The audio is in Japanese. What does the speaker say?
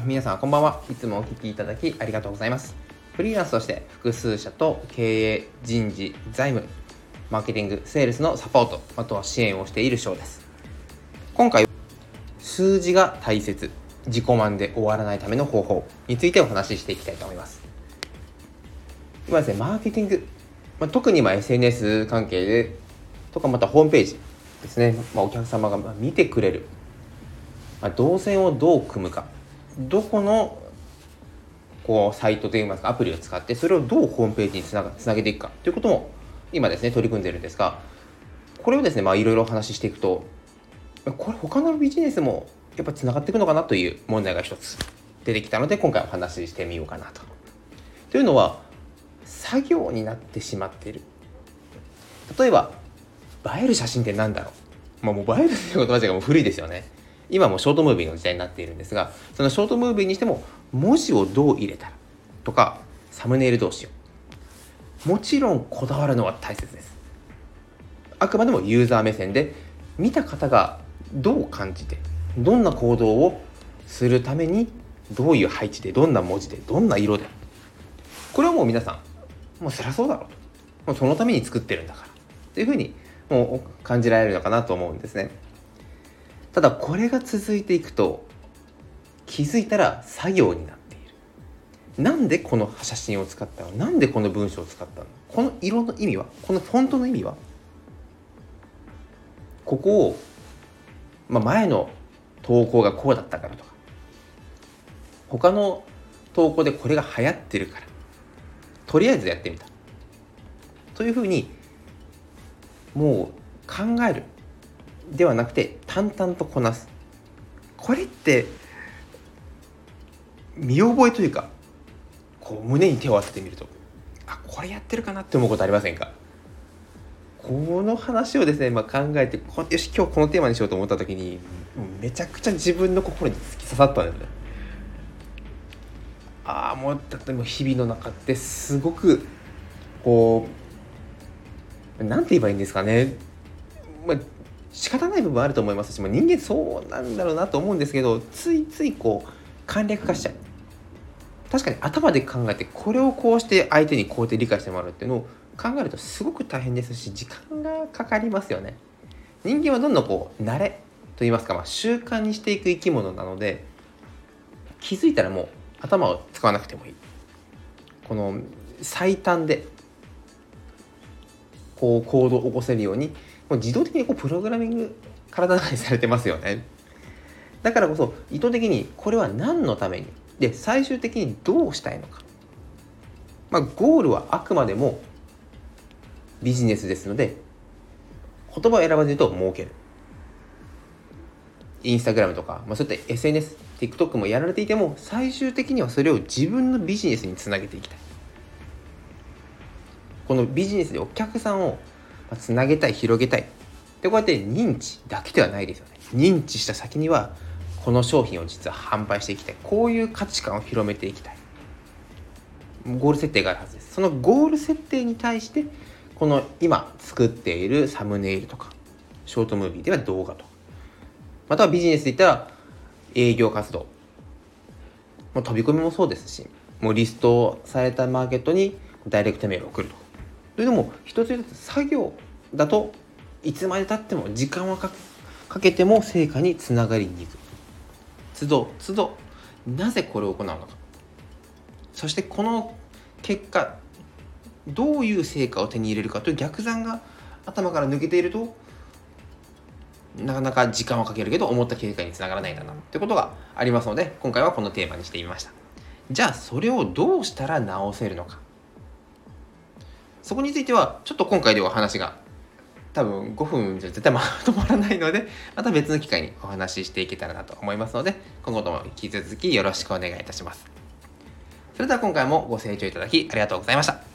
皆さんこんばんは。いつもお聞きいただきありがとうございます。フリーランスとして複数社と経営、人事、財務、マーケティング、セールスのサポート、あとは支援をしている翔です。今回は数字が大切、自己満で終わらないための方法についてお話ししていきたいと思います。今ですね、マーケティング、特にSNS 関係でとかまたホームページですね、お客様が見てくれる、動線をどう組むか、どこのサイトといいますかアプリを使ってそれをどうホームページにつなげていくかということも今ですね取り組んでいるんですが、これをですねいろいろお話ししていくと、これ他のビジネスもやっぱつながっていくのかなという問題が一つ出てきたので、今回お話ししてみようかなと。というのは作業になってしまっている。例えば映える写真って何だろう、もう映えるという言葉自体がもう古いですよね。今もショートムービーの時代になっているんですが、そのショートムービーにしても文字をどう入れたらとか、サムネイルどうしよう、もちろんこだわるのは大切です。あくまでもユーザー目線で見た方がどう感じて、どんな行動をするためにどういう配置で、どんな文字で、どんな色で、これはもう皆さんもうそりゃそうだろうと、もうそのために作ってるんだからというふうにもう感じられるのかなと思うんですね。ただこれが続いていくと気づいたら作業になっている。なんでこの写真を使ったの、なんでこの文章を使ったの、この色の意味は、このフォントの意味は、ここを、前の投稿がこうだったからとか、他の投稿でこれが流行ってるからとりあえずやってみたというふうにもう考えるではなくて淡々とこなす。これって見覚えというか、胸に手を当ててみると、これやってるかなって思うことありませんか？この話をですね、考えて、よし今日このテーマにしようと思った時にめちゃくちゃ自分の心に突き刺さったんですね。もうだってもう日々の中ってすごくなんて言えばいいんですかね、仕方ない部分あると思いますし、人間そうなんだろうなと思うんですけど、ついつい簡略化しちゃう。確かに頭で考えてこれをこうして相手にこうやって理解してもらうっていうのを考えるとすごく大変ですし、時間がかかりますよね。人間はどんどん慣れといいますか、習慣にしていく生き物なので、気づいたらもう頭を使わなくてもいい。この最短で行動を起こせるようにもう自動的にプログラミング体の中にされてますよね。だからこそ意図的にこれは何のためにで、最終的にどうしたいのか、ゴールはあくまでもビジネスですので、言葉を選ばずに言うと儲ける。インスタグラムとか、そういった SNS、TikTok もやられていても、最終的にはそれを自分のビジネスにつなげていきたい。このビジネスでお客さんをつなげたい、広げたいで、こうやって認知だけではないですよね。認知した先にはこの商品を実は販売していきたい、こういう価値観を広めていきたい、ゴール設定があるはずです。そのゴール設定に対してこの今作っているサムネイルとかショートムービーでは動画とか、またはビジネスで言ったら営業活動、飛び込みもそうですし、もうリストされたマーケットにダイレクトメールを送るとか、というのも一つ一つ作業だといつまで経っても時間をかけても成果につながりにくい。都度都度なぜこれを行うのか、そしてこの結果どういう成果を手に入れるかという逆算が頭から抜けていると、なかなか時間をかけるけど思った結果につながらないんだなってことがありますので、今回はこのテーマにしてみました。じゃあそれをどうしたら直せるのか、そこについてはちょっと今回では話が多分5分じゃ絶対まとまらないので、また別の機会にお話ししていけたらなと思いますので、今後とも引き続きよろしくお願いいたします。それでは今回もご清聴いただきありがとうございました。